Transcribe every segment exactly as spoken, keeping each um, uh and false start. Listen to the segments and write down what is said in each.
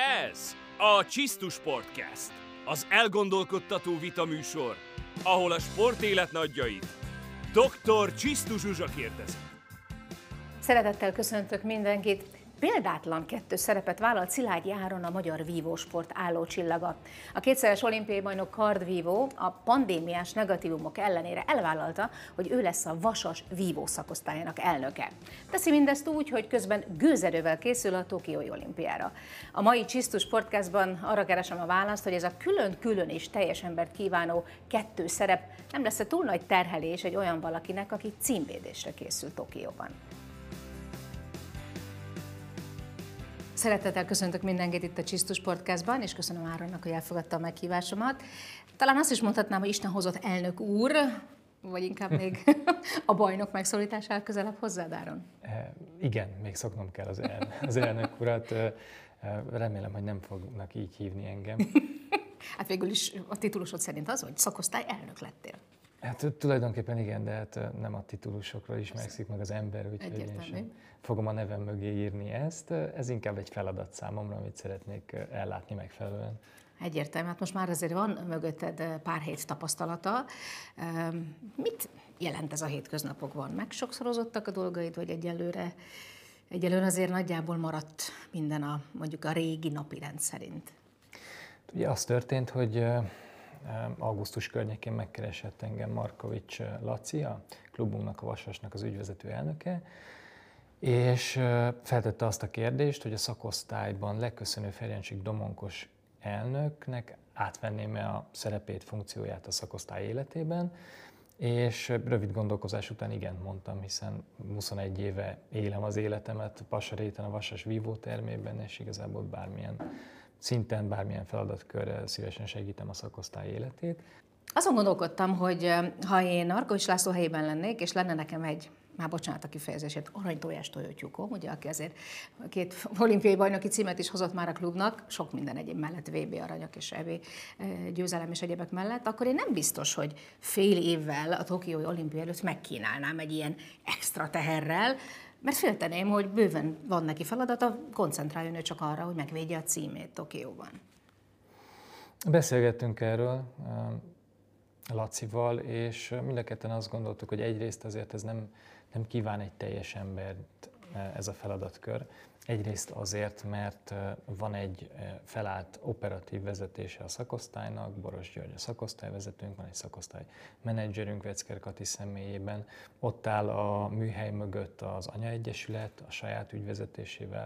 Ez a Csisztus Podcast, az elgondolkodtató vitaműsor, ahol a sportélet nagyjait doktor Csisztus Zsuzsa kérdezi. Szeretettel köszöntök mindenkit! Példátlan kettős szerepet vállalt Szilágyi Áron, a magyar vívósport állócsillaga. A kétszeres olimpiai bajnok kardvívó a pandémiás negatívumok ellenére elvállalta, hogy ő lesz a vasas vívó szakosztályának elnöke. Teszi mindezt úgy, hogy közben gőzerővel készül a tokiói olimpiára. A mai Csisztus Podcastban arra keresem a választ, hogy ez a külön-külön és teljes embert kívánó kettős szerep nem lesz-e túl nagy terhelés egy olyan valakinek, aki címvédésre készül Tokióban. Szeretettel köszöntök mindenkit itt a Csisztus Podcastban, és köszönöm Áronnak, hogy elfogadta a meghívásomat. Talán azt is mondhatnám, hogy Isten hozott elnök úr, vagy inkább még a bajnok megszólítására közelebb hozzád, Áron? E, igen, még szoknom kell az, el, az elnök urat. Remélem, hogy nem fognak így hívni engem. Hát végül is a titulusod szerint az, hogy szakosztály elnök lettél. Hát tulajdonképpen igen, de hát nem a titulusokról ismerszik meg az ember, úgyhogy én sem fogom a nevem mögé írni ezt. Ez inkább egy feladat számomra, amit szeretnék ellátni megfelelően. Egyértelmű, hát most már azért van mögötted pár hét tapasztalata. Mit jelent ez a hétköznapokban? Megsokszorozottak a dolgaid, vagy egyelőre, egyelőre azért nagyjából maradt minden a, mondjuk a régi napirend szerint? Ugye az történt, hogy augusztus környékén megkeresett engem Markovics Laci, a klubunknak, a Vasasnak az ügyvezető elnöke, és feltette azt a kérdést, hogy a szakosztályban leköszönő Ferencsik Domonkos elnöknek átvenném-e a szerepét, funkcióját a szakosztály életében, és rövid gondolkozás után igent mondtam, hiszen huszonegy éve élem az életemet Passaréten, a Vasas vívótermében, és igazából bármilyen szinten, bármilyen feladatkörrel szívesen segítem a szakosztály életét. Azon gondolkodtam, hogy ha én Markovics László helyében lennék, és lenne nekem egy, már bocsánat a kifejezését, aranytojás tojótyúkom, ugye, aki azért két olimpiai bajnoki címet is hozott már a klubnak, sok minden egyéb mellett, vé bé aranyak és é bé győzelem és egyébek mellett, akkor én nem biztos, hogy fél évvel a tokiói olimpia előtt megkínálnám egy ilyen extra teherrel, mert félteném, hogy bőven van neki feladata, koncentráljon ő csak arra, hogy megvédje a címét Tokióban. Beszélgettünk erről Lacival, és mind a ketten azt gondoltuk, hogy egyrészt azért ez nem, nem kíván egy teljes embert ez a feladatkör. Egyrészt azért, mert van egy felállt operatív vezetése a szakosztálynak, Boros György a szakosztályvezetőnk, van egy szakosztály menedzserünk Vecker Kati személyében, ott áll a műhely mögött az anyaegyesület, a saját ügyvezetésével,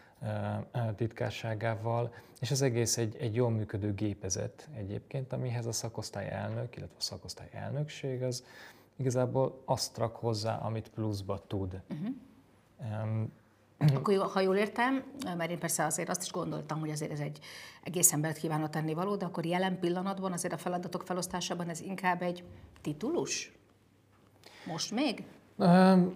titkárságával, és az egész egy, egy jól működő gépezet egyébként, amihez a szakosztály elnök, illetve a szakosztály elnökség az igazából azt rak hozzá, amit pluszba tud. Uh-huh. Um, Akkor ha jól értem, mert én persze azért azt is gondoltam, hogy azért ez egy egész embert kívánó tennivaló, de akkor jelen pillanatban azért a feladatok felosztásában ez inkább egy titulus? Most még? Um,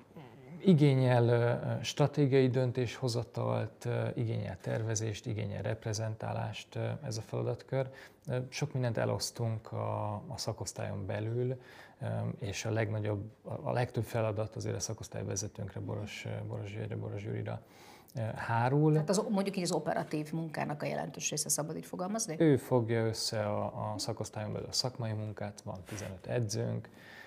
igényel stratégiai döntéshozatalt, igényel tervezést, igényel reprezentálást ez a feladatkör. Sok mindent elosztunk a, a szakosztályon belül, és a legnagyobb, a legtöbb feladat azért a szakosztályvezetőnkre, Boros, Boros Györgyre, Boros Gyurira hárul. Tehát az, mondjuk így az operatív munkának a jelentős része, szabad így fogalmazni? Ő fogja össze a, a szakosztályon belül a szakmai munkát, van tizenöt edzőnk,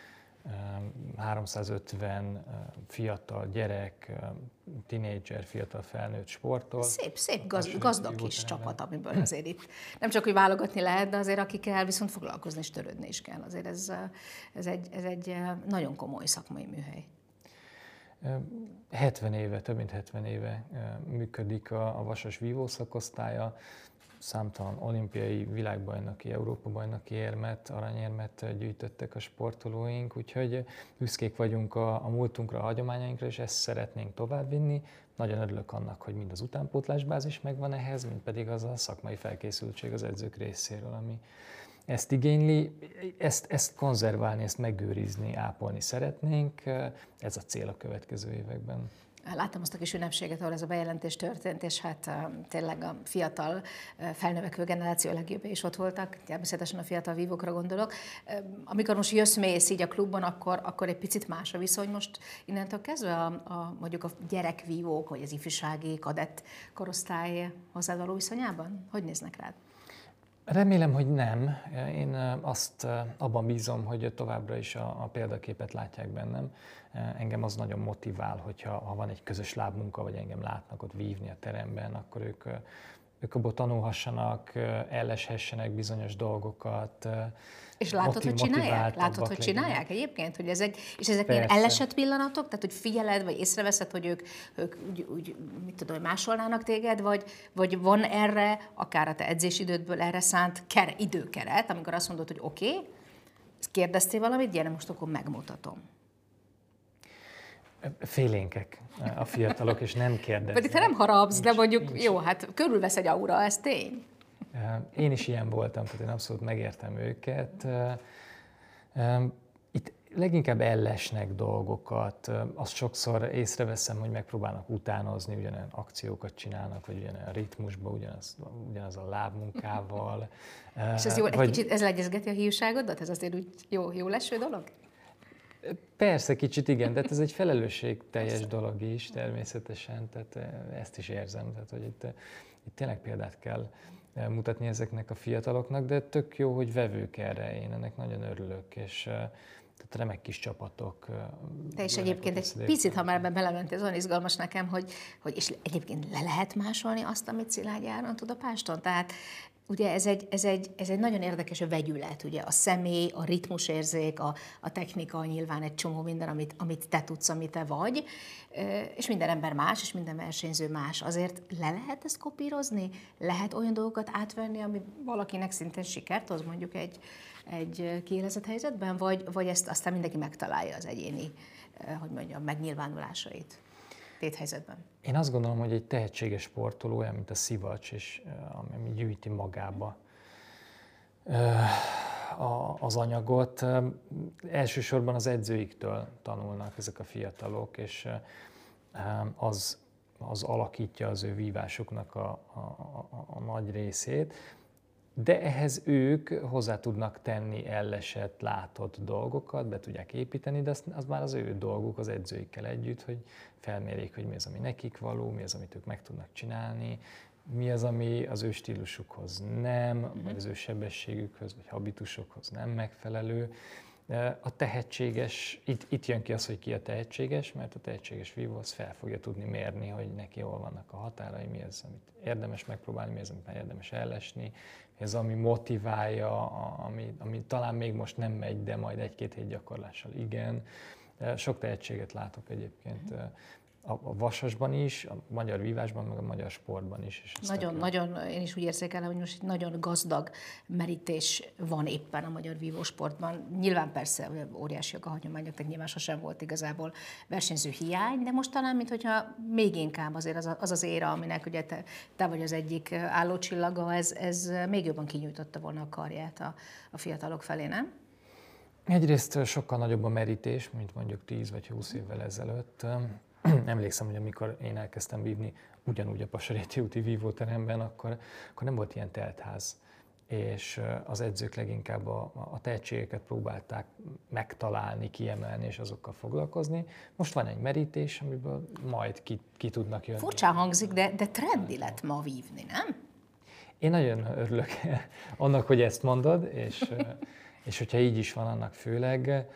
háromszázötven fiatal gyerek, tinédzser, fiatal felnőtt sportol. Szép, szép gaz, gazdag kis csapat, amiből azért itt nem csak, hogy válogatni lehet, de azért akikkel viszont foglalkozni és törődni is kell. Azért ez, ez, egy, ez egy nagyon komoly szakmai műhely. hetven éve, több mint hetven éve működik a, a Vasas vívó szakosztálya. Számtalan olimpiai, világbajnoki, Európa-bajnoki érmet, aranyérmet gyűjtöttek a sportolóink, úgyhogy büszkék vagyunk a, a múltunkra, a hagyományainkra, és ezt szeretnénk továbbvinni. Nagyon örülök annak, hogy mind az utánpótlásbázis megvan ehhez, mind pedig az a szakmai felkészültség az edzők részéről, ami ezt igényli. Ezt, ezt konzerválni, ezt megőrizni, ápolni szeretnénk. Ez a cél a következő években. Láttam azt a kis ünnepséget, ahol ez a bejelentés történt, és hát tényleg a fiatal, felnövekvő generáció legjobbja is ott voltak, természetesen a fiatal vívókra gondolok. Amikor most jössz-mész így a klubban, akkor, akkor egy picit más a viszony most innentől kezdve a, a, mondjuk a gyerekvívók, vagy az ifjúsági kadett korosztály hozzád való viszonyában? Hogy néznek rád? Remélem, hogy nem. Én azt abban bízom, hogy továbbra is a, a példaképet látják bennem. Engem az nagyon motivál, hogyha ha van egy közös lábmunka, vagy engem látnak ott vívni a teremben, akkor ők, ők abból tanulhassanak, elleshessenek bizonyos dolgokat. És látod, hogy csinálják? Látod, hogy csinálják egyébként? Hogy ez egy, és ezek ilyen ellesett pillanatok? Tehát, hogy figyeled, vagy észreveszed, hogy ők, ők úgy, úgy, mit tudom, másolnának téged, vagy, vagy van erre, akár a te edzésidődből erre szánt ker, időkeret, amikor azt mondod, hogy oké, okay, kérdeztél valamit, gyere, most akkor megmutatom. Félénkek a fiatalok, és nem kérdeznek. Pedig te nem harapsz, de mondjuk, nincs. Jó, hát körülvesz egy aura, ez tény. Én is ilyen voltam, tehát én abszolút megértem őket. Itt leginkább ellesnek dolgokat, azt sokszor észreveszem, hogy megpróbálnak utánozni, ugyanolyan akciókat csinálnak, vagy ugyanolyan ritmusban, ugyanaz, ugyanaz a lábmunkával. És ez jó, egy vagy... kicsit ez legyezgeti a hiúságodat? Ez azért úgy jó, jó leső dolog? Persze, kicsit igen, de ez egy felelősségteljes dolog is természetesen, tehát ezt is érzem, tehát hogy itt, itt tényleg példát kell mutatni ezeknek a fiataloknak, de tök jó, hogy vevők erre, én ennek nagyon örülök, és tehát remek kis csapatok. Te is egyébként egy picit, ha már ebben belementél, az olyan izgalmas nekem, hogy, hogy és egyébként le lehet másolni azt, amit Szilágyi Áron tud a páston, tehát ugye ez egy, ez, egy, ez egy nagyon érdekes a vegyület, ugye a személy, a ritmusérzék, a, a technika, nyilván egy csomó minden, amit, amit te tudsz, amit te vagy, és minden ember más, és minden versenyző más. Azért le lehet ezt kopírozni? Lehet olyan dolgokat átvenni, ami valakinek szintén sikert hoz mondjuk egy, egy kiélezett helyzetben, vagy, vagy ezt aztán mindenki megtalálja az egyéni, hogy mondjam, megnyilvánulásait téthelyzetben? Én azt gondolom, hogy egy tehetséges sportoló olyan, mint a szivacs, és ami gyűjti magába az anyagot. Elsősorban az edzőiktől tanulnak ezek a fiatalok, és az, az alakítja az ő vívásuknak a, a, a, a nagy részét. De ehhez ők hozzá tudnak tenni ellesett, látott dolgokat, be tudják építeni, de az, az már az ő dolguk az edzőikkel együtt, hogy felmérjék, hogy mi az, ami nekik való, mi az, amit ők meg tudnak csinálni, mi az, ami az ő stílusukhoz nem, uh-huh. vagy az ő sebességükhöz, vagy habitusokhoz nem megfelelő. A tehetséges, itt, itt jön ki az, hogy ki a tehetséges, mert a tehetséges vívó az fel fogja tudni mérni, hogy neki hol vannak a határai, mi az, amit érdemes megpróbálni, mi az, amit már érdemes ellesni, mi az, ami motiválja, ami, ami talán még most nem megy, de majd egy-két hét gyakorlással igen. Sok tehetséget látok egyébként a vasasban is, a magyar vívásban, meg a magyar sportban is. És nagyon, nagyon, én is úgy érzékelem, hogy most egy nagyon gazdag merítés van éppen a magyar vívósportban. Nyilván persze óriásiak a hagyományok, tehát nyilván sosem volt igazából versenyző hiány, de most talán, mintha még inkább azért az az, az éra, aminek ugye te, te vagy az egyik állócsillaga, ez, ez még jobban kinyújtotta volna a karját a, a fiatalok felé, nem? Egyrészt sokkal nagyobb a merítés, mint mondjuk tíz vagy húsz évvel ezelőtt. Emlékszem, hogy amikor én elkezdtem vívni ugyanúgy a Pasaréti úti vívóteremben, akkor, akkor nem volt ilyen teltház, és az edzők leginkább a, a tehetségeket próbálták megtalálni, kiemelni és azokkal foglalkozni. Most van egy merítés, amiből majd ki, ki tudnak jönni. Furcsán hangzik, de, de trendi lett ma vívni, nem? Én nagyon örülök annak, hogy ezt mondod, és, és hogyha így is van, annak főleg.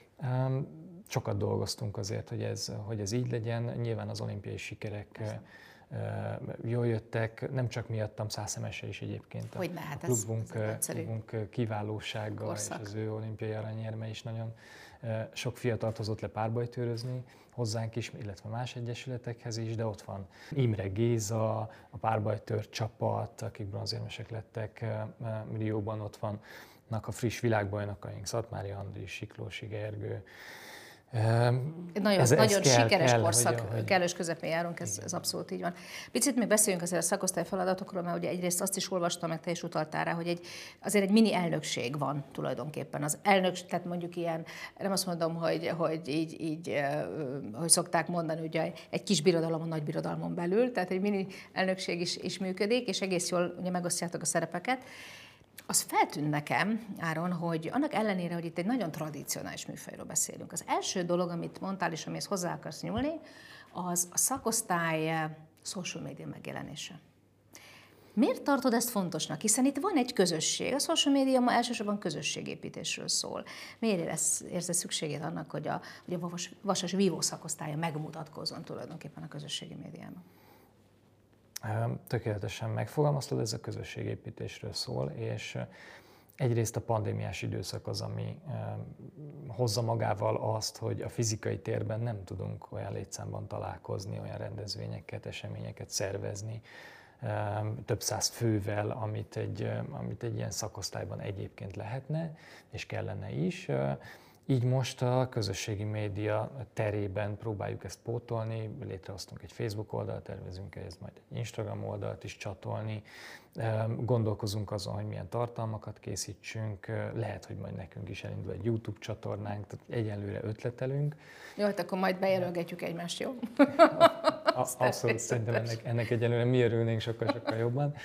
Sokat dolgoztunk azért, hogy ez, hogy ez így legyen. Nyilván az olimpiai sikerek jól jöttek, nem csak miattam, Szászemese is egyébként. Hogy lehet, a klubunk, ez, ez klubunk kiválósága korszak. És az ő olimpiai aranyérme is nagyon sok fiatalt hozott le párbajtőrözni hozzánk is, illetve más egyesületekhez is, de ott van Imre Géza, a párbajtőr csapat, akik bronzérmesek lettek Rióban, ott vannak a friss világbajnokaink, Szatmári Andris, Siklósi Gergő, Nagyon, ez, nagyon ez kell, sikeres kell, korszak, hogy, hogy... kellős közepén járunk, ez, ez abszolút így van. Picit még beszéljünk azért a szakosztály feladatokról, mert ugye egyrészt azt is olvastam, meg te is utaltál rá, hogy egy, azért egy mini elnökség van tulajdonképpen. Az elnökség, tehát mondjuk ilyen, nem azt mondom, hogy, hogy így, így, hogy szokták mondani, ugye egy kis birodalom a nagy birodalmon belül, tehát egy mini elnökség is, is működik, és egész jól ugye megosztjátok a szerepeket. Az feltűnt nekem, Áron, hogy annak ellenére, hogy itt egy nagyon tradicionális műfajról beszélünk, az első dolog, amit mondtál, és amihez hozzá akarsz nyúlni, az a szakosztály social media megjelenése. Miért tartod ezt fontosnak? Hiszen itt van egy közösség. A social media ma elsősorban közösségépítésről szól. Miért érzed szükségét annak, hogy a, hogy a Vasas, Vasas vívó szakosztálya megmutatkozzon tulajdonképpen a közösségi médiában? Tökéletesen megfogalmaztad, ez a közösségépítésről szól, és egyrészt a pandémiás időszak az, ami hozza magával azt, hogy a fizikai térben nem tudunk olyan létszámban találkozni, olyan rendezvényeket, eseményeket szervezni, több száz fővel, amit egy, amit egy ilyen szakosztályban egyébként lehetne, és kellene is. Így most a közösségi média terében próbáljuk ezt pótolni, létrehoztunk egy Facebook oldalt, tervezünk ehhez majd egy Instagram oldalt is csatolni, gondolkozunk azon, hogy milyen tartalmakat készítsünk, lehet, hogy majd nekünk is elindul egy YouTube csatornánk, tehát egyelőre ötletelünk. Jó, hát akkor majd bejelölgetjük egymást, jó? Abszolút, szerintem ennek, ennek egyelőre mi örülnénk sokkal-sokkal jobban.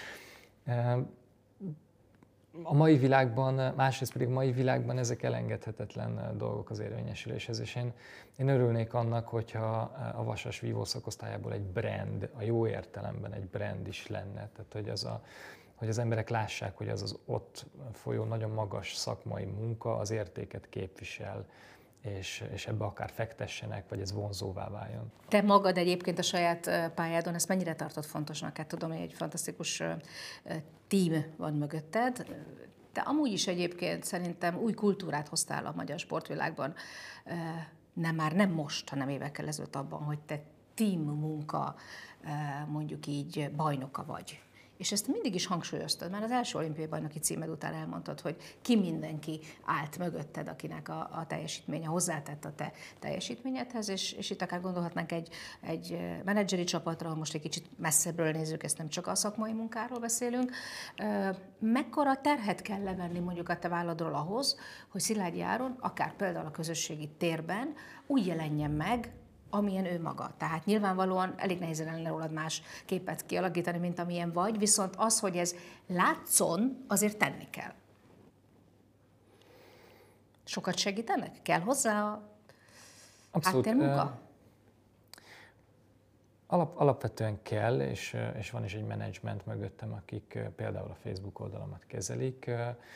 A mai világban, másrészt pedig a mai világban ezek elengedhetetlen dolgok az érvényesüléshez, és én, én örülnék annak, hogyha a Vasas vívó szakosztályából egy brand, a jó értelemben egy brand is lenne, tehát hogy, az a, hogy az emberek lássák, hogy az az ott folyó nagyon magas szakmai munka az értéket képvisel, és, és ebbe akár fektessenek, vagy ez vonzóvá váljon. Te magad egyébként a saját pályádon ezt mennyire tartod fontosnak? Hát tudom, hogy egy fantasztikus tím van mögötted, de amúgy is egyébként szerintem új kultúrát hoztál a magyar sportvilágban, nem már nem most, hanem évekkel ezelőtt abban, hogy te tím munka, mondjuk így bajnoka vagy. És ezt mindig is hangsúlyoztad, már az első olimpiai bajnoki címed után elmondtad, hogy ki mindenki állt mögötted, akinek a, a teljesítménye hozzátett a te teljesítményedhez, és, és itt akár gondolhatnánk egy, egy menedzseri csapatra, most egy kicsit messzebbről nézzük, ezt nem csak a szakmai munkáról beszélünk. Mekkora terhet kell levenni mondjuk a te válladról ahhoz, hogy Szilágyi Áron, akár például a közösségi térben úgy jelenjen meg, amilyen ő maga. Tehát nyilvánvalóan elég nehéz lenne rólad más képet kialakítani, mint amilyen vagy, viszont az, hogy ez látszon, azért tenni kell. Sokat segítenek? Kell hozzá a háttérmunka? Alap, alapvetően kell, és, és van is egy menedzsment mögöttem, akik például a Facebook oldalamat kezelik.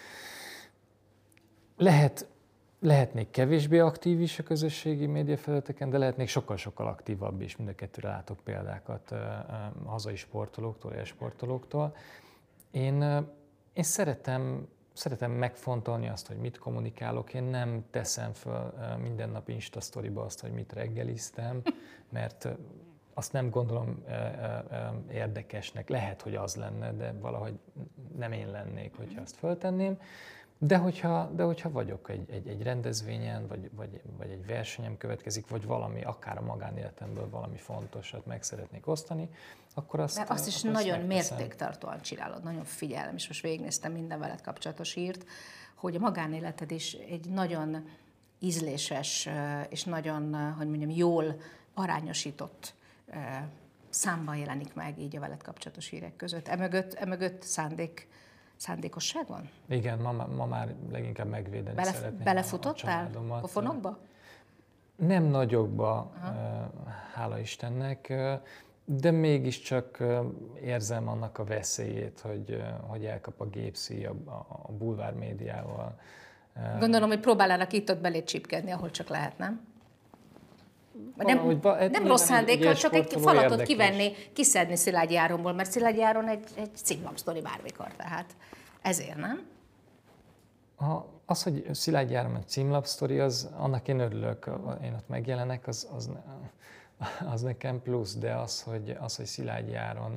Lehet Lehetnék kevésbé aktív is a közösségi médiafelületeken, de lehetnék sokkal-sokkal aktívabb is. Mind a kettőre látok példákat a hazai sportolóktól, élsportolóktól. Én, én szeretem, szeretem megfontolni azt, hogy mit kommunikálok. Én nem teszem föl minden nap Insta sztoriba azt, hogy mit reggeliztem, mert azt nem gondolom érdekesnek. Lehet, hogy az lenne, de valahogy nem én lennék, hogyha azt föltenném. De hogyha, de hogyha vagyok egy, egy, egy rendezvényen, vagy, vagy, vagy egy versenyem következik, vagy valami, akár a magánéletemből valami fontosat meg szeretnék osztani, akkor azt Mert azt is akkor nagyon azt mértéktartóan csinálod, nagyon figyelem, és most végignéztem minden veled kapcsolatos írt, hogy a magánéleted is egy nagyon ízléses, és nagyon, hogy mondjam, jól arányosított számban jelenik meg így a veled kapcsolatos hírek között. Emögött, emögött szándék, szándékosság van? Igen, ma, ma már leginkább megvédeni Bele, szeretném belefutottál a pofonokba? Nem nagyokba, Aha. hála Istennek, de mégiscsak érzem annak a veszélyét, hogy, hogy elkap a gépszíj a, a bulvár médiával. Gondolom, hogy próbálnának itt-ott belét csípkedni, ahol csak lehet, nem? Nem, ba, nem rossz szándékkal, csak egy falatot érdekes. kivenni, kiszedni Szilágyi Áronból, mert Szilágyi Áron egy, egy címlapsztori bármikor, tehát ezért, nem? A, az, hogy Szilágyi Áron egy címlapsztori, az, annak én örülök, én ott megjelenek, az, az, az nekem plusz, de az, hogy, az, hogy Szilágyi Áron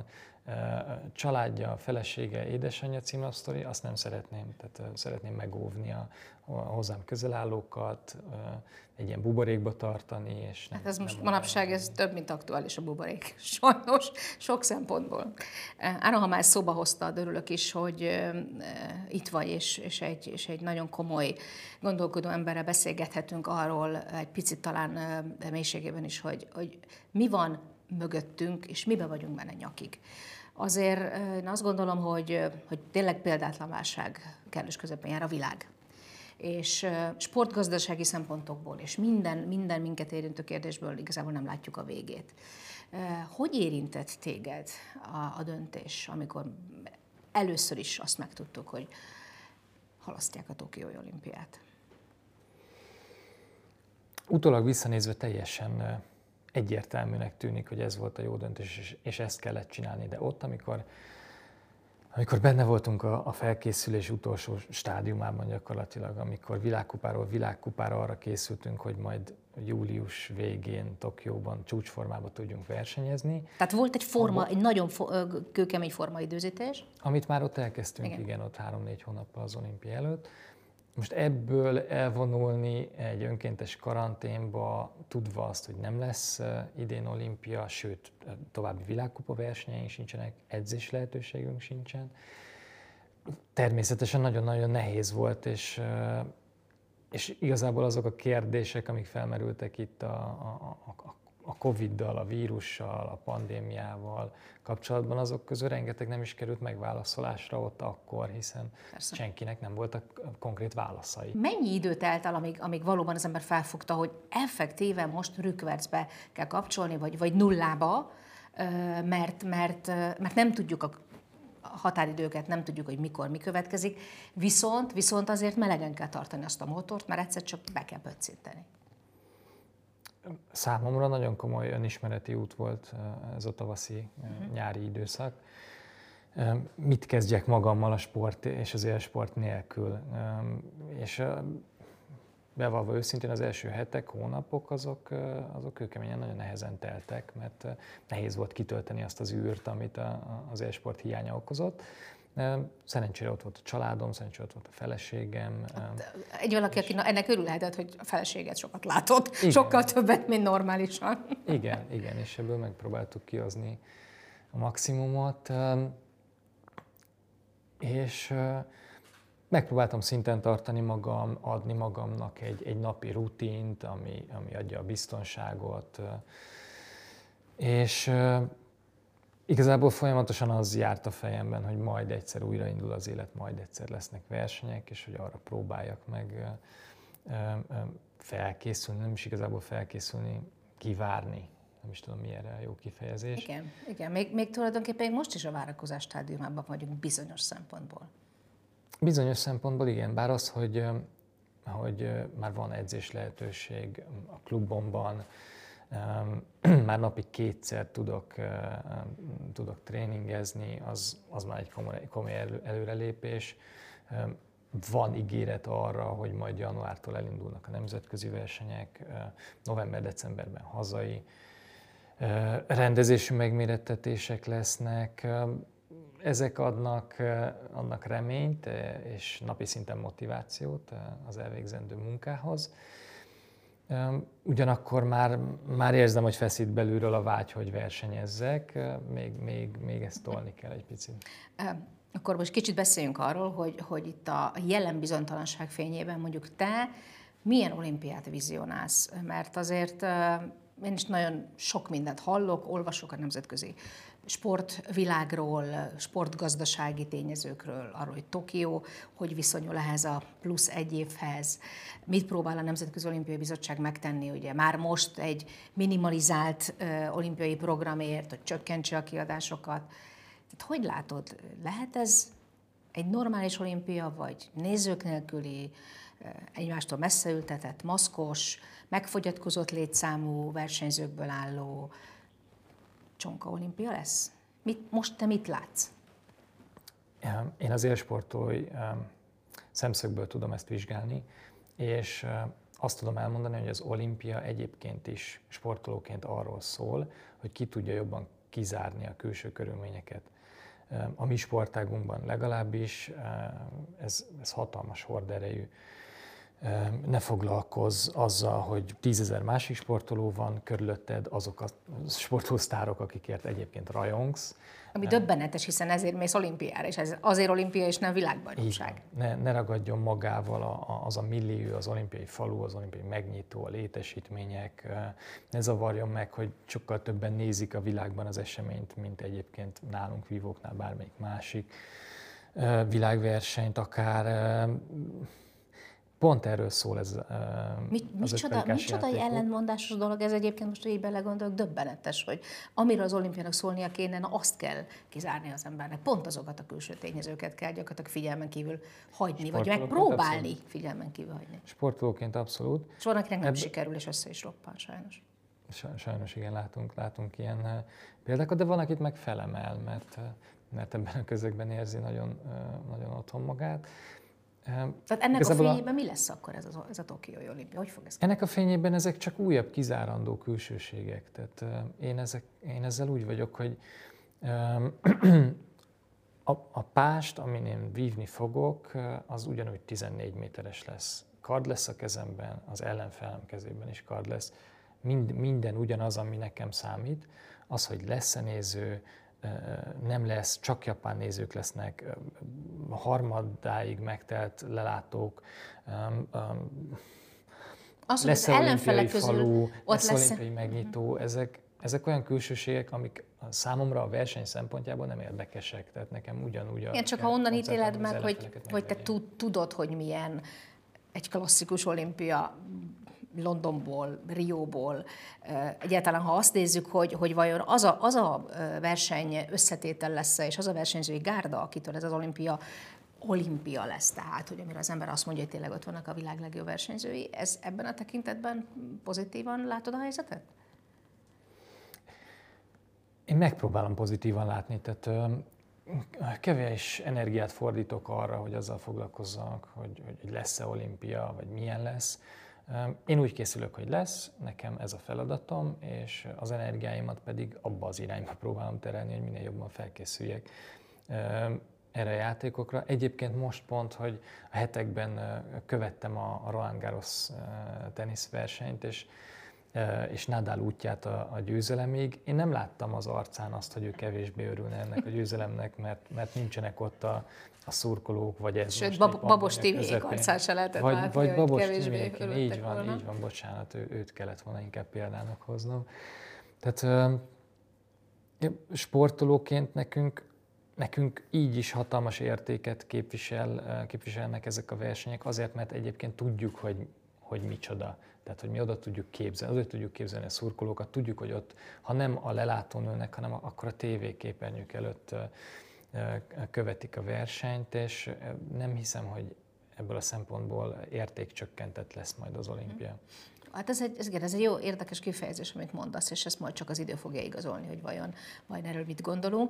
családja, felesége, édesanyja címlap sztori, azt nem szeretném. Tehát szeretném megóvni a, a hozzám közel állókat, egy ilyen buborékba tartani. És nem, hát ez most nem manapság ez több, mint aktuális a buborék, sajnos, sok szempontból. Áron, ha már szóba hoztad, örülök is, hogy itt vagy, és, és, egy, és egy nagyon komoly gondolkodó emberrel beszélgethetünk arról, egy picit talán mélységében is, hogy, hogy mi van mögöttünk, és mibe vagyunk benne nyakig. Azért én azt gondolom, hogy, hogy tényleg példátlan válság kellős közepén jár a világ. És sportgazdasági szempontokból, és minden, minden minket érintő kérdésből igazából nem látjuk a végét. Hogy érintett téged a, a döntés, amikor először is azt megtudtuk, hogy halasztják a tokiói olimpiát? Utólag visszanézve teljesen egyértelműnek tűnik, hogy ez volt a jó döntés, és, és ezt kellett csinálni. De ott, amikor, amikor benne voltunk a, a felkészülés utolsó stádiumában gyakorlatilag, amikor világkupáról világkupára arra készültünk, hogy majd július végén Tokióban csúcsformában tudjunk versenyezni. Tehát volt egy forma, abba, egy nagyon fo- kőkemény formaidőzítés? Amit már ott elkezdtünk, igen, igen ott három-négy hónappal az olimpia előtt. Most ebből elvonulni egy önkéntes karanténba, tudva azt, hogy nem lesz idén olimpia, sőt, további világkupa versenyeink sincsenek, edzés lehetőségünk sincsen. Természetesen nagyon-nagyon nehéz volt, és, és igazából azok a kérdések, amik felmerültek itt a, a, a, a Coviddal, a vírussal, a pandémiával kapcsolatban, azok közül rengeteg nem is került megválaszolásra ott akkor, hiszen persze senkinek nem voltak konkrét válaszai. Mennyi idő telt el, amíg, amíg valóban az ember felfogta, hogy effektíve most rükvercbe kell kapcsolni, vagy, vagy nullába, mert, mert, mert nem tudjuk a határidőket, nem tudjuk, hogy mikor, mi következik, viszont, viszont azért melegen kell tartani azt a motort, mert egyszer csak be kell pöccinteni. Számomra nagyon komoly önismereti út volt ez a tavaszi, uh-huh. nyári időszak. Mit kezdjek magammal a sport és az élsport nélkül? És bevallva őszintén az első hetek, hónapok azok, azok kőkeményen nagyon nehezen teltek, mert nehéz volt kitölteni azt az űrt, amit az élsport hiánya okozott. Szerencsére ott volt a családom, szerencsére ott volt a feleségem. Egy valaki, aki ennek örülhetett, hogy a feleséget sokat látott, igen, sokkal többet, mint normálisan. Igen, igen, és ebből megpróbáltuk kihozni a maximumot. És megpróbáltam szinten tartani magam, adni magamnak egy, egy napi rutint, ami, ami adja a biztonságot. És igazából folyamatosan az járt a fejemben, hogy majd egyszer újraindul az élet, majd egyszer lesznek versenyek, és hogy arra próbáljak meg felkészülni, nem is igazából felkészülni, kivárni. Nem is tudom, mi erre a jó kifejezés. Igen, igen. Még, még tulajdonképpen most is a várakozás stádiumában vagyunk bizonyos szempontból. Bizonyos szempontból igen, bár az, hogy, hogy már van edzés lehetőség a klubomban, már napi kétszer tudok, tudok tréningezni, az, az már egy komoly, komoly előrelépés. Van ígéret arra, hogy majd januártól elindulnak a nemzetközi versenyek, november-decemberben hazai rendezésű megmérettetések lesznek. Ezek adnak, adnak reményt és napi szinten motivációt az elvégzendő munkához. Ugyanakkor már, már érzem, hogy feszít belülről a vágy, hogy versenyezzek, még, még, még ezt tolni kell egy picit. Akkor most kicsit beszéljünk arról, hogy, hogy itt a jelen bizonytalanság fényében mondjuk te milyen olimpiát vizionálsz, mert azért én is nagyon sok mindent hallok, olvasok a nemzetközi sportvilágról, sportgazdasági tényezőkről, arról, hogy Tokió hogy viszonyul ehhez a plusz egy évhez, mit próbál a Nemzetközi Olimpiai Bizottság megtenni, ugye már most egy minimalizált uh, olimpiai programért, hogy csökkentse a kiadásokat. Tehát hogy látod, lehet ez egy normális olimpia, vagy nézők nélküli, uh, egymástól messze ültetett, maszkos, megfogyatkozott létszámú versenyzőkből álló csonka olimpia lesz? Mit, most te mit látsz? Én az élsportolói szemszögből tudom ezt vizsgálni, és azt tudom elmondani, hogy az olimpia egyébként is sportolóként arról szól, hogy ki tudja jobban kizárni a külső körülményeket. A mi sportágunkban legalábbis ez, ez hatalmas horderejű. Ne foglalkozz azzal, hogy tízezer másik sportoló van körülötted, azok a sportolósztárok, akikért egyébként rajongsz. Ami döbbenetes, hiszen ezért mész olimpiára, és ez azért olimpia, és nem világbajnokság. Ne, ne ragadjon magával a, a, az a millió, az olimpiai falu, az olimpiai megnyitó, a létesítmények. Ne zavarjon meg, hogy sokkal többen nézik a világban az eseményt, mint egyébként nálunk vívóknál bármelyik másik világversenyt akár. Pont erről szól ez Mi, az micsoda, micsoda ellentmondásos dolog ez egyébként, most így belegondolok, döbbenetes, hogy amiről az olimpiának szólnia kéne, na azt kell kizárni az embernek. Pont azokat a külső tényezőket kell gyakorlatilag figyelmen kívül hagyni, vagy megpróbálni abszolút. figyelmen kívül hagyni. Sportolóként abszolút. És van, akinek nem Ebb... sikerül, és össze is roppan, sajnos. Sajnos igen, látunk, látunk ilyen példákat, de van, akit meg felemel, mert, mert ebben a közegben érzi nagyon, nagyon otthon magát. Tehát ennek Igazából a fényében a... mi lesz akkor ez a, ez a Tokiói olimpia? Hogy fog ez Ennek a fényében ezek csak újabb kizárandó külsőségek. Tehát uh, én, ezek, én ezzel úgy vagyok, hogy um, a, a pást, amin én vívni fogok, az ugyanúgy tizennégy méteres lesz. Kard lesz a kezemben, az ellenfelem kezében is kard lesz. Mind, minden ugyanaz, ami nekem számít. Az, hogy lesz-e néző, nem lesz, csak japán nézők lesznek, harmadáig megtelt lelátók, az, lesz olimpiai falu, lesz olimpiai megnyitó, ezek, ezek olyan külsőségek, amik számomra a verseny szempontjából nem érdekesek, tehát nekem ugyanúgy a... Igen, csak ha onnan ítéled meg, hogy, hogy te tudod, hogy milyen egy klasszikus olimpia, Londonból, Rióból. Egyáltalán, ha azt nézzük, hogy, hogy vajon az a, az a verseny összetétel lesz, és az a versenyzői gárda, akitől ez az olimpia olimpia lesz, tehát, hogy amire az ember azt mondja, hogy tényleg ott vannak a világ legjobb versenyzői, ez ebben a tekintetben pozitívan látod a helyzetet? Én megpróbálom pozitívan látni, tehát kevés energiát fordítok arra, hogy azzal foglalkozzak, hogy, hogy lesz-e olimpia, vagy milyen lesz. Én úgy készülök, hogy lesz, nekem ez a feladatom, és az energiáimat pedig abba az irányba próbálom terelni, hogy minél jobban felkészüljek erre a játékokra. Egyébként most pont, hogy a hetekben követtem a Roland Garros teniszversenyt, és, és Nadal útját a, a győzelemig. Én nem láttam az arcán azt, hogy ő kevésbé örülne ennek a győzelemnek, mert, mert nincsenek ott a a szurkolók, vagy ez Sőt, Bab- Babos Tímék arcán se lehetett vagy, látni, vagy Babos kevésbé Tímék, így van, volna. így van, bocsánat, ő, őt kellett volna inkább példának hoznom. Tehát uh, sportolóként nekünk, nekünk így is hatalmas értéket képvisel, képviselnek ezek a versenyek, azért, mert egyébként tudjuk, hogy, hogy micsoda. Tehát, hogy mi oda tudjuk képzelni, oda tudjuk képzelni a szurkolókat, tudjuk, hogy ott, ha nem a lelátón ülnek, hanem akkor a tévéképernyők előtt követik a versenyt, és nem hiszem, hogy ebből a szempontból értékcsökkentett lesz majd az olimpia. Hát ez egy, ez, igen, ez egy jó, érdekes kifejezés, amit mondasz, és ezt majd csak az idő fogja igazolni, hogy vajon, vajon erről mit gondolunk.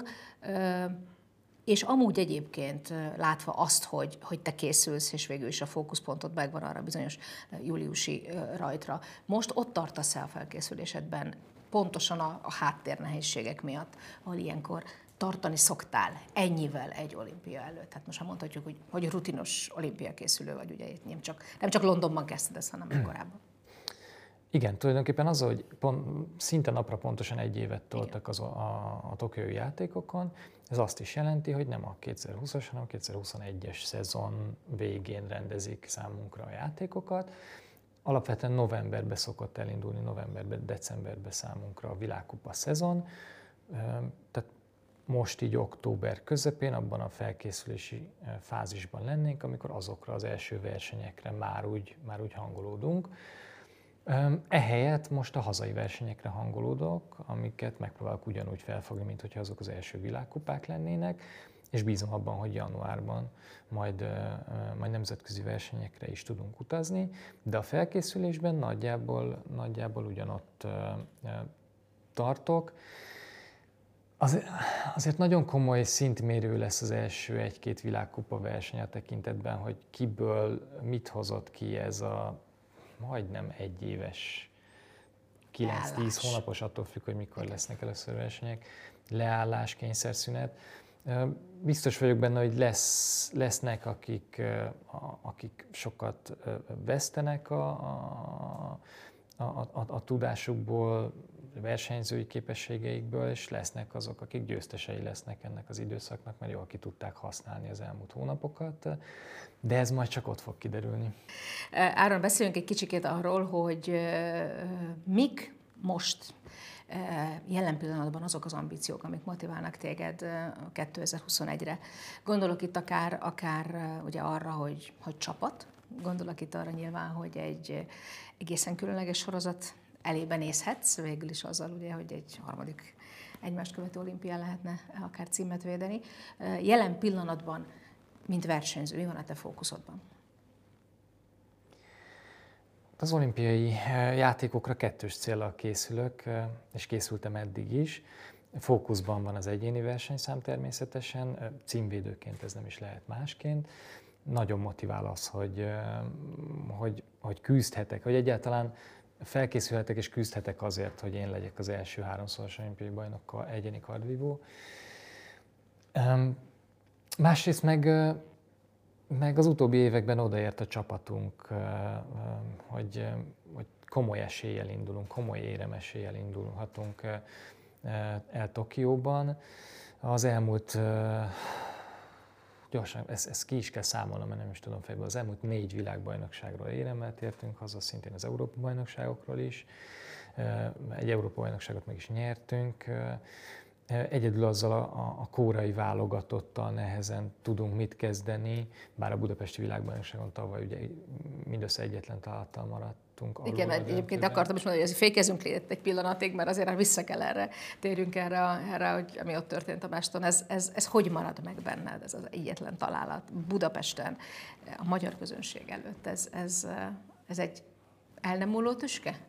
És amúgy egyébként látva azt, hogy, hogy te készülsz, és végül is a fókuszpontod megvan arra bizonyos júliusi rajtra. Most ott tartasz-e a felkészülésedben, pontosan a, a háttérnehézségek miatt, ahol ilyenkor tartani szoktál ennyivel egy olimpia előtt? Hát most ha mondhatjuk, hogy, hogy rutinos olimpia készülő vagy, ugye nem csak, nem csak Londonban kezdted ezt, hanem még korábban. Igen, tulajdonképpen az, hogy pont, szinte napra pontosan egy évet toltak az, a, a tokiói játékokon, ez azt is jelenti, hogy nem a kétezer-húszas, hanem a kétezer-huszonegyes szezon végén rendezik számunkra a játékokat. Alapvetően novemberben szokott elindulni, novemberben, decemberben számunkra a világkupa szezon. Tehát most így október közepén, abban a felkészülési fázisban lennénk, amikor azokra az első versenyekre már úgy, már úgy hangolódunk. Ehelyett most a hazai versenyekre hangolódok, amiket megpróbálok ugyanúgy felfogni, mint hogyha azok az első világkupák lennének, és bízom abban, hogy januárban majd, majd nemzetközi versenyekre is tudunk utazni, de a felkészülésben nagyjából, nagyjából ugyanott tartok. Az, azért nagyon komoly szintmérő lesz az első egy-két világkupa verseny a tekintetben, hogy kiből mit hozott ki ez a majdnem egyéves kilenc-tíz hónapos, attól függ, hogy mikor lesznek először versenyek, leállás, kényszerszünet. Biztos vagyok benne, hogy lesz, lesznek, akik, akik sokat vesztenek a, a, a, a, a tudásukból, a versenyzői képességeikből, és lesznek azok, akik győztesei lesznek ennek az időszaknak, mert jól ki tudták használni az elmúlt hónapokat, de ez majd csak ott fog kiderülni. Áron, beszéljünk egy kicsikét arról, hogy mik most jelen pillanatban azok az ambíciók, amik motiválnak téged kétezer-huszonegyre. Gondolok itt akár, akár ugye arra, hogy, hogy csapat, gondolok itt arra nyilván, hogy egy egészen különleges sorozat elébe nézhetsz, végül is azzal, ugye, hogy egy harmadik egymást követő olimpián lehetne akár címet védeni. Jelen pillanatban, mint versenyző, mi van a te fókuszodban? Az olimpiai játékokra kettős céllal készülök, és készültem eddig is. Fókuszban van az egyéni versenyszám természetesen, címvédőként ez nem is lehet másként. Nagyon motivál az, hogy, hogy, hogy küzdhetek, hogy egyáltalán felkészülhetek és küzdhetek azért, hogy én legyek az első háromszoros olimpiai bajnok egyéni kardvívó. Másrészt meg, meg az utóbbi években odaért a csapatunk, hogy, hogy komoly eséllyel indulunk, komoly éremeséllyel indulhatunk el Tokióban. Az elmúlt, gyorsan, ezt, ezt ki is kell számolnom, mert nem is tudom fejből, az elmúlt négy világbajnokságról éremmel tértünk haza, szintén az Európa-bajnokságokról is. Egy Európa-bajnokságot meg is nyertünk. Egyedül azzal a, a kórai válogatottal nehezen tudunk mit kezdeni, bár a budapesti világbajnokságon tavaly ugye mindössze egyetlen találattal maradtunk. Igen, mert egyébként akartam is mondani, hogy ez fékezünk egy pillanatig, mert azért vissza kell erre, térjünk erre, erre hogy ami ott történt a Báston. Ez, ez, ez hogy marad meg benned, ez az egyetlen találat Budapesten, a magyar közönség előtt? Ez, ez, ez egy el nem múló tüske?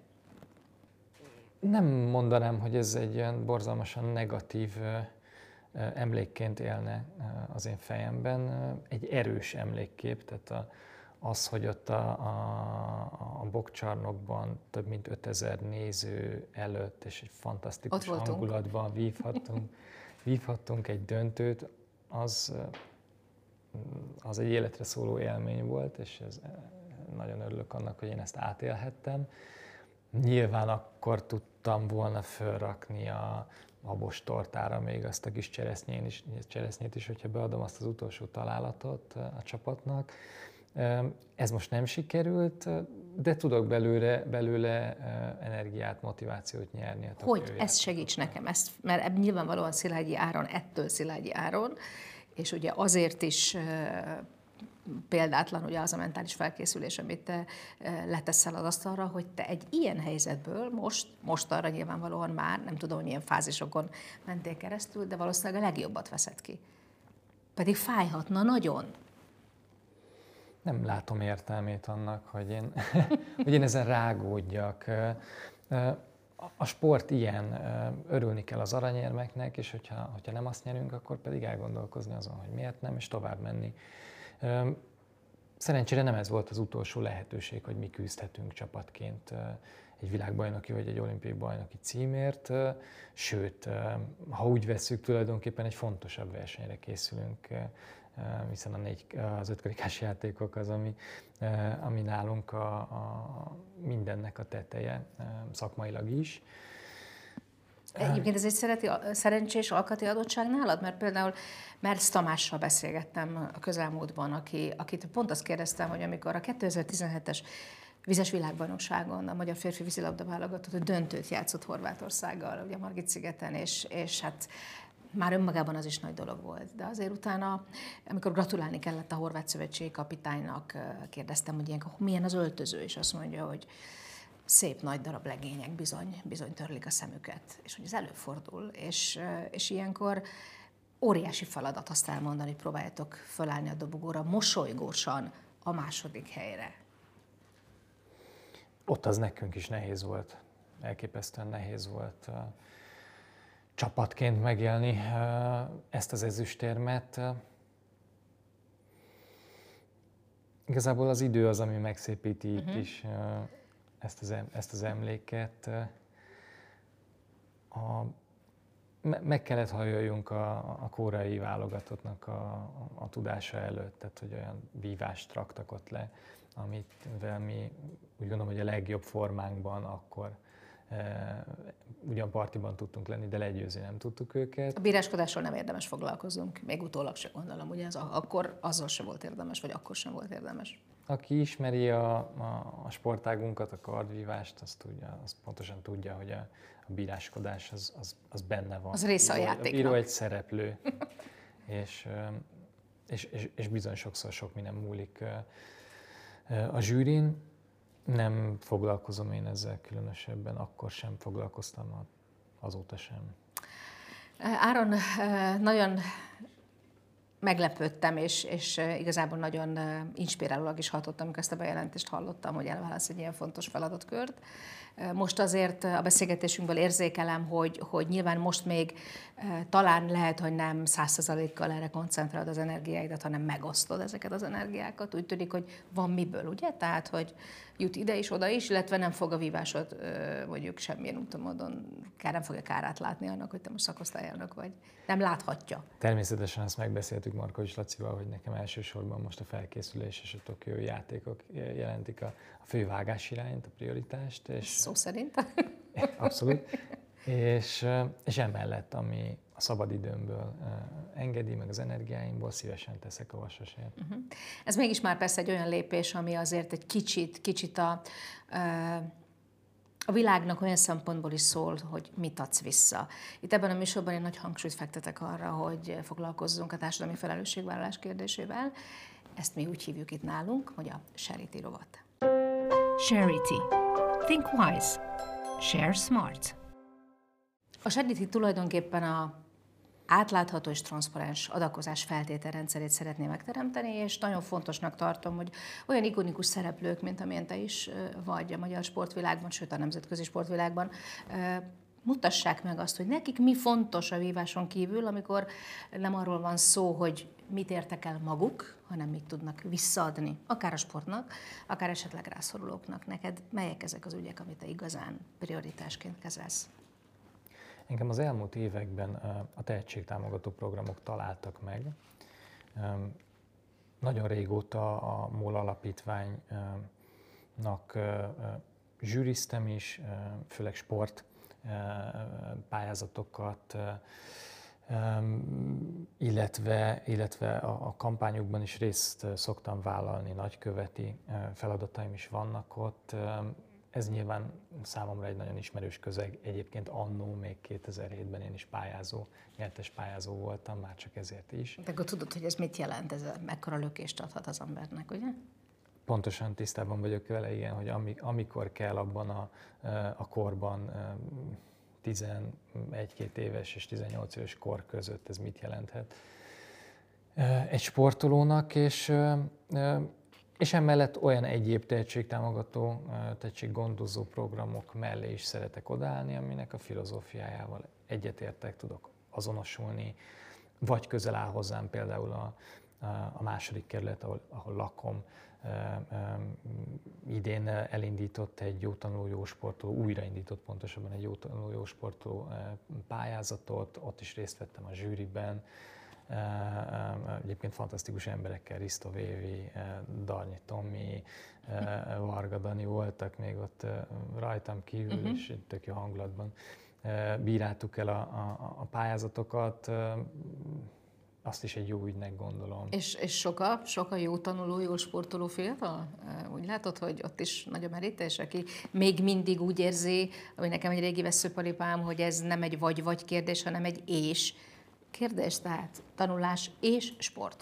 Nem mondanám, hogy ez egy olyan borzalmasan negatív emlékként élne az én fejemben. Egy erős emlékkép, tehát a, az, hogy ott a, a, a bokcsarnokban több mint ötezer néző előtt és egy fantasztikus hangulatban vívhattunk, vívhattunk egy döntőt, az, az egy életre szóló élmény volt, és ez, nagyon örülök annak, hogy én ezt átélhettem. Nyilván akkor tudtam volna fölrakni a habos tortára még azt a kis cseresznyét is, cseresznyét is, hogyha beadom azt az utolsó találatot a csapatnak. Ez most nem sikerült, de tudok belőle, belőle energiát, motivációt nyerni. A hogy? Ez segíts nekem, ezt, mert nyilvánvalóan Szilágyi Áron, ettől Szilágyi Áron, és ugye azért is példátlan ugye az a mentális felkészülés, amit te leteszel az asztalra, hogy te egy ilyen helyzetből most, most arra nyilvánvalóan már, nem tudom, hogy milyen fázisokon mentél keresztül, de valószínűleg a legjobbat veszed ki. Pedig fájhatna nagyon. Nem látom értelmét annak, hogy én, hogy én ezen rágódjak. A sport ilyen, örülni kell az aranyérmeknek, és hogyha, hogyha nem azt nyerünk, akkor pedig elgondolkozni azon, hogy miért nem, és tovább menni. Szerencsére nem ez volt az utolsó lehetőség, hogy mi küzdhetünk csapatként egy világbajnoki vagy egy olimpiai bajnoki címért, sőt, ha úgy vesszük, tulajdonképpen egy fontosabb versenyre készülünk, hiszen a négy, az ötkarikás játékok az, ami, ami nálunk a, a mindennek a teteje, szakmailag is. Egyébként ez egy szereti, szerencsés alkati adottság nálad? Mert például Merz Tamással beszélgettem a közelmúltban, aki, akit pont azt kérdeztem, hogy amikor a kétezer-tizenhetes vizes világbajnokságon a magyar férfi vízilabda válogatott a döntőt játszott Horvátországgal, ugye a Margit-szigeten, és, és hát már önmagában az is nagy dolog volt. De azért utána, amikor gratulálni kellett a horvát szövetségi kapitánynak, kérdeztem, hogy ilyenkor milyen az öltöző, és azt mondja, hogy szép nagy darab legények bizony, bizony törlik a szemüket, és hogy ez előfordul, és, és ilyenkor óriási feladat azt elmondani, hogy próbáljátok fölállni a dobogóra mosolygósan a második helyre. Ott az nekünk is nehéz volt, elképesztően nehéz volt csapatként megélni ezt az ezüstérmet. Igazából az idő az, ami megszépíti uh-huh. itt is ezt az, ezt az emléket. a, meg kellett hajoljunk a, a koreai válogatottnak a, a, a tudása előtt, tehát hogy olyan vívást raktak ott le, amivel mi úgy gondolom, hogy a legjobb formánkban akkor e, ugyan partiban tudtunk lenni, de legyőzni nem tudtuk őket. A bíráskodással nem érdemes foglalkozunk, még utólag se gondolom, ugye az, akkor azzal sem volt érdemes, vagy akkor sem volt érdemes. Aki ismeri a, a, a sportágunkat, a kardvívást, az, tudja, az pontosan tudja, hogy a, a bíráskodás az, az, az benne van. Az része a játéknak. A bíró egy szereplő, és, és, és, és bizony sokszor sok minden múlik a zsűrin. Nem foglalkozom én ezzel különösebben, akkor sem foglalkoztam, azóta sem. Áron, nagyon meglepődtem, és, és igazából nagyon inspirálólag is hatottam, amikor ezt a bejelentést hallottam, hogy elválasz egy ilyen fontos feladatkört. Most azért a beszélgetésünkből érzékelem, hogy, hogy nyilván most még talán lehet, hogy nem száz százalékkal erre koncentrálod az energiáidat, hanem megosztod ezeket az energiákat. Úgy tűnik, hogy van miből, ugye? Tehát, hogy jut ide is, oda is, illetve nem fog a vívásod mondjuk semmilyen úton, módon, kár nem fogja kárát látni annak, hogy te most szakosztályelnök vagy. Nem láthatja. Természetesen ezt megbeszéltük Markovics Lacival, hogy nekem elsősorban most a felkészülés és a tokiói játékok jelentik a fővágás irányt, a prioritást. És szó szerint? Abszolút. És, és emellett, ami a szabadidőmből engedi, meg az energiáimból, szívesen teszek a vasasért. Uh-huh. Ez mégis már persze egy olyan lépés, ami azért egy kicsit, kicsit a, a világnak olyan szempontból is szól, hogy mit adsz vissza. Itt ebben a műsorban én nagy hangsúlyt fektetek arra, hogy foglalkozzunk a társadalmi felelősségvállalás kérdésével. Ezt mi úgy hívjuk itt nálunk, hogy a Charity rovat. Charity. Think wise. Share smart. A Charity tulajdonképpen a átlátható és transzparens adakozás feltételrendszerét szeretné megteremteni, és nagyon fontosnak tartom, hogy olyan ikonikus szereplők, mint amilyen te is vagy a magyar sportvilágban, sőt a nemzetközi sportvilágban, mutassák meg azt, hogy nekik mi fontos a víváson kívül, amikor nem arról van szó, hogy mit értek el maguk, hanem mit tudnak visszaadni, akár a sportnak, akár esetleg rászorulóknak. Neked melyek ezek az ügyek, amit te igazán prioritásként kezelsz? Engem az elmúlt években a tehetségtámogató programok találtak meg. Nagyon régóta a MOL alapítványnak zsűriztem is, főleg sport pályázatokat, illetve, illetve a, a kampányokban is részt szoktam vállalni, nagyköveti feladataim is vannak ott. Ez nyilván számomra egy nagyon ismerős közeg. Egyébként annó még kétezer-hétben én is pályázó, nyertes pályázó voltam, már csak ezért is. De akkor tudod, hogy ez mit jelent, ez mekkora lökést adhat az embernek, ugye? Pontosan tisztában vagyok vele, igen, hogy amikor kell abban a, a korban, tizenegy-két éves és tizennyolc éves kor között ez mit jelenthet egy sportolónak, és, és emellett olyan egyéb tehetségtámogató, tehetséggondozó programok mellé is szeretek odaállni, aminek a filozófiájával egyetértek, tudok azonosulni, vagy közel áll hozzám például a, a második kerület, ahol, ahol lakom, idén elindított egy jó tanuló, jó sportoló, újraindított pontosabban egy jó tanuló, jó sportoló pályázatot, ott is részt vettem a zsűriben. Egyébként fantasztikus emberekkel, Risto Vévi, Darnyi Tomi, Varga Dani voltak még ott rajtam kívül, uh-huh. és tök jó hangulatban bíráltuk el a, a, a pályázatokat. Azt is egy jó ügynek gondolom. És, és sok, a, sok a jó tanuló, jó sportoló fiatal? Úgy látod, hogy ott is nagy a merítés, aki még mindig úgy érzi, ami nekem egy régi vesszőparipám, hogy ez nem egy vagy-vagy kérdés, hanem egy és kérdés, tehát tanulás és sport.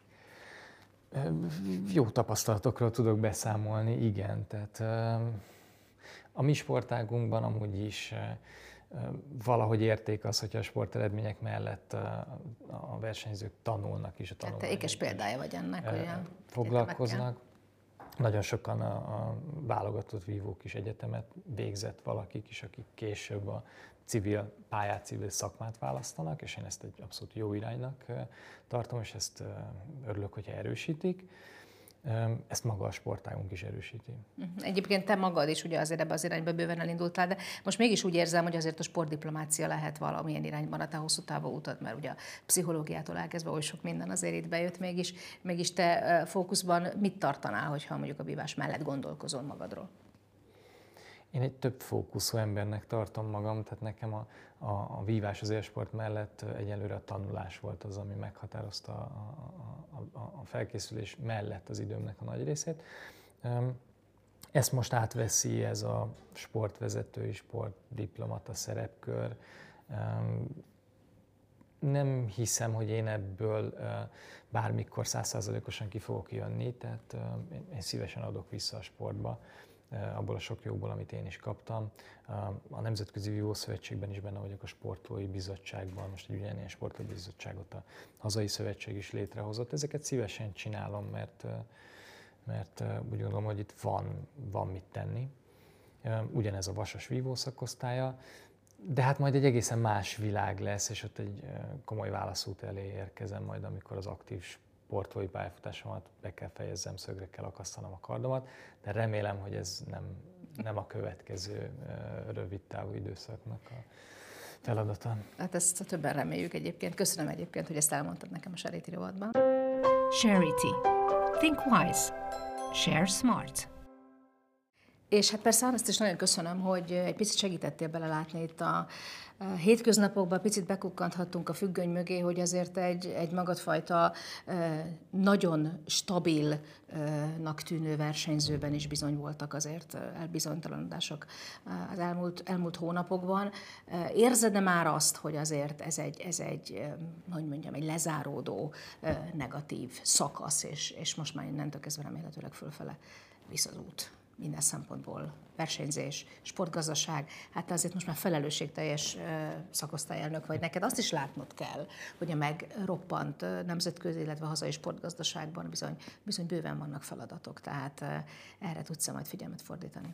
Jó tapasztalatokról tudok beszámolni, igen. Tehát a mi sportágunkban amúgy is valahogy érték az, hogyha a sporteredmények mellett a versenyzők tanulnak is a tanulmányok. Hát te ékes példája vagy ennek, hogy foglalkoznak. Nagyon sokan a, a válogatott vívók is egyetemet végzett valakik is, akik később a civil pályát, civil szakmát választanak, és én ezt egy abszolút jó iránynak tartom, és ezt örülök, hogyha erősítik. Ezt maga a sportágunk is erősíti. Egyébként te magad is ugye azért ebbe az irányba bőven elindultál, de most mégis úgy érzem, hogy azért a sportdiplomácia lehet valamilyen irányban a te hosszú távú utad, mert ugye a pszichológiától elkezdve oly sok minden azért itt bejött, mégis, mégis te fókuszban mit tartanál, hogyha mondjuk a vívás mellett gondolkozol magadról? Én egy több fókuszú embernek tartom magam, tehát nekem a, a, a vívás az élsport mellett egyelőre a tanulás volt az, ami meghatározta a, a, a, a felkészülés mellett az időmnek a nagy részét. Ezt most átveszi ez a sportvezetői, sportdiplomata szerepkör. Nem hiszem, hogy én ebből bármikor száz százalékosan ki fogok jönni, tehát én szívesen adok vissza a sportba, abból a sok jóból, amit én is kaptam. A Nemzetközi Vívószövetségben is benne vagyok, a Sportolói Bizottságban, most egy ugyanilyen sportolói bizottságot a hazai szövetség is létrehozott. Ezeket szívesen csinálom, mert, mert úgy gondolom, hogy itt van, van mit tenni. Ugyanez a vasas vívó szakosztálya, de hát majd egy egészen más világ lesz, és ott egy komoly válaszút elé érkezem majd, amikor az aktív sportolói pályafutásomat be kell fejezzem, szögre kell akasztanom a kardomat, de remélem, hogy ez nem, nem a következő rövid távú időszaknak a feladata. Hát ezt többen reméljük egyébként. Köszönöm egyébként, hogy ezt elmondtad nekem a Charity rovatban. Charity. Think wise. Share smart. És hát persze azt is nagyon köszönöm, hogy egy picit segítettél belelátni itt a hétköznapokban, picit bekukkanthattunk a függöny mögé, hogy azért egy, egy magadfajta nagyon stabilnak tűnő versenyzőben is bizony voltak azért elbizonytalanodások az elmúlt, elmúlt hónapokban. Érzed-e már azt, hogy azért ez egy, ez egy hogy mondjam, egy lezáródó negatív szakasz, és, és most már innentől kezdve remélhetőleg fölfele visz az út? Minden szempontból, versenyzés, sportgazdaság, hát azért most már felelősségteljes szakosztályelnök vagy, neked azt is látnod kell, hogy a megroppant nemzetközi, illetve hazai sportgazdaságban bizony, bizony bőven vannak feladatok, tehát erre tudsz majd figyelmet fordítani.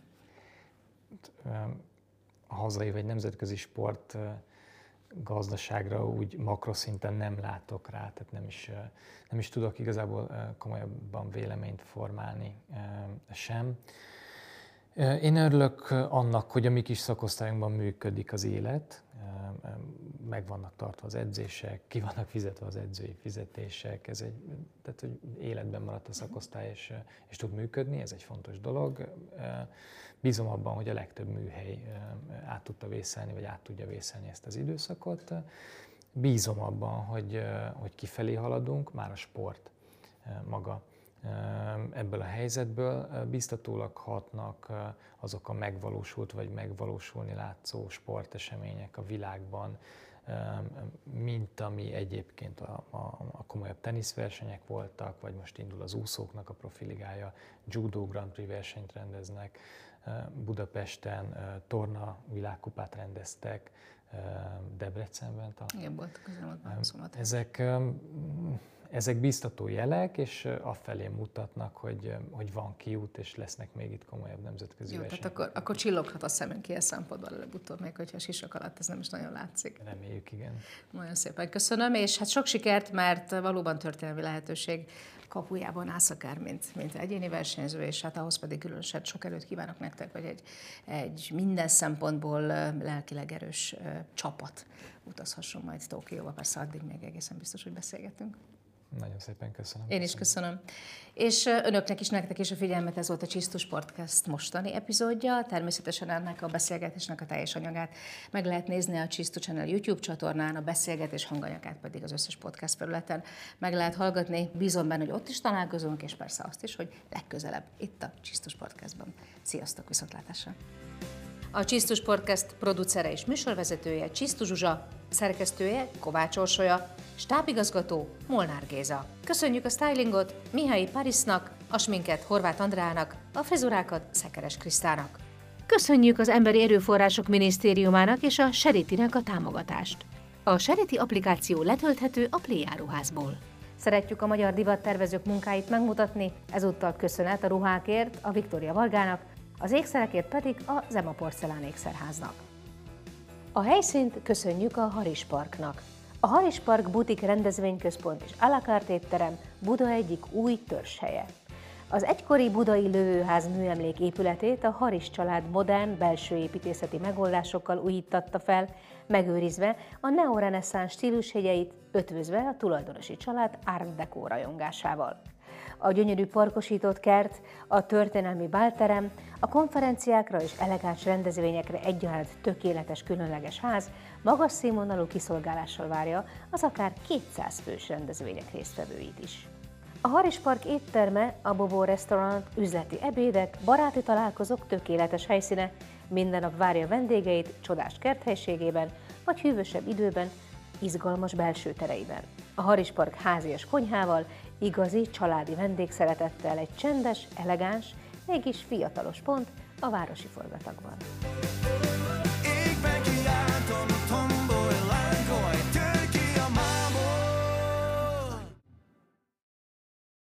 A hazai vagy nemzetközi sport gazdaságra úgy makroszinten nem látok rá, tehát nem is, nem is tudok igazából komolyabban véleményt formálni sem. Én örülök annak, hogy a mi kis szakosztályunkban működik az élet, meg vannak tartva az edzések, ki vannak fizetve az edzői fizetések, ez egy, tehát hogy életben maradt a szakosztály és, és tud működni, ez egy fontos dolog. Bízom abban, hogy a legtöbb műhely át tudta vészelni, vagy át tudja vészelni ezt az időszakot. Bízom abban, hogy, hogy kifelé haladunk, már a sport maga ebből a helyzetből. Biztatólag hatnak azok a megvalósult vagy megvalósulni látszó sportesemények a világban, mint ami egyébként a, a, a komolyabb teniszversenyek voltak, vagy most indul az úszóknak a profiligája, judo Grand Prix versenyt rendeznek, Budapesten torna világkupát rendeztek, Debrecenben talán. Igen, volt közelmúltban. Ezek, ezek biztató jelek, és afelé mutatnak, hogy, hogy van kiút, és lesznek még itt komolyabb nemzetközi Jó, versenyek. tehát akkor, akkor csilloghat a szemünk ilyen szempontból előbb-utóbb, még hogyha a sisak alatt ez nem is nagyon látszik. Reméljük, igen. Nagyon szépen köszönöm, és hát sok sikert, mert valóban történelmi lehetőség kapujában állsz akár, mint, mint egyéni versenyző, és hát ahhoz pedig különösen sok erőt kívánok nektek, hogy egy, egy minden szempontból lelkileg erős csapat utazhasson majd Tokióba, persze addig még egészen biztos, hogy beszélgetünk. Nagyon szépen köszönöm. Én is köszönöm. És önöknek is, nektek is a figyelmet, ez volt a Csisztus Podcast mostani epizódja. Természetesen ennek a beszélgetésnek a teljes anyagát meg lehet nézni a Csisztus Channel YouTube csatornán, a beszélgetés hanganyagát pedig az összes podcast felületen meg lehet hallgatni. Bízom benne, hogy ott is találkozunk, és persze azt is, hogy legközelebb itt a Csisztus Podcastban. Sziasztok, viszontlátásra! A Csisztus Podcast producere és műsorvezetője Csisztus Zsuzsa, szerkesztője Kovács Orsolya, stábigazgató Molnár Géza. Köszönjük a stylingot Mihály Parisnak, a sminket Horváth Andrának, a frizurákat Szekeres Krisztának. Köszönjük az Emberi Erőforrások Minisztériumának és a Charity-nek a támogatást. A Charity applikáció letölthető a Play áruházból. Szeretjük a magyar divattervezők munkáit megmutatni, ezúttal köszönet a ruhákért a Viktória Vargának, az ékszerekért pedig a Zema Porcelán ékszerháznak. A helyszínt köszönjük a Haris Parknak. A Haris Park butik rendezvényközpont és à la carte étterem Buda egyik új törzshelye. Az egykori budai lövőház műemlék épületét a Haris család modern belső építészeti megoldásokkal újítatta fel, megőrizve a neoreneszánsz stílusjegyeit, ötvözve a tulajdonosi család Art Deco rajongásával. A gyönyörű parkosított kert, a történelmi bálterem, a konferenciákra és elegáns rendezvényekre egyaránt tökéletes, különleges ház magas színvonalú kiszolgálással várja az akár kétszáz fős rendezvények résztvevőit is. A Haris Park étterme, a Bobo Restaurant üzleti ebédek, baráti találkozók tökéletes helyszíne, minden nap várja vendégeit csodás kerthelységében, vagy hűvösebb időben, izgalmas belső tereiben. A Haris Park házias konyhával, igazi családi vendégszeretettel egy csendes, elegáns, mégis fiatalos pont a városi forgatagban.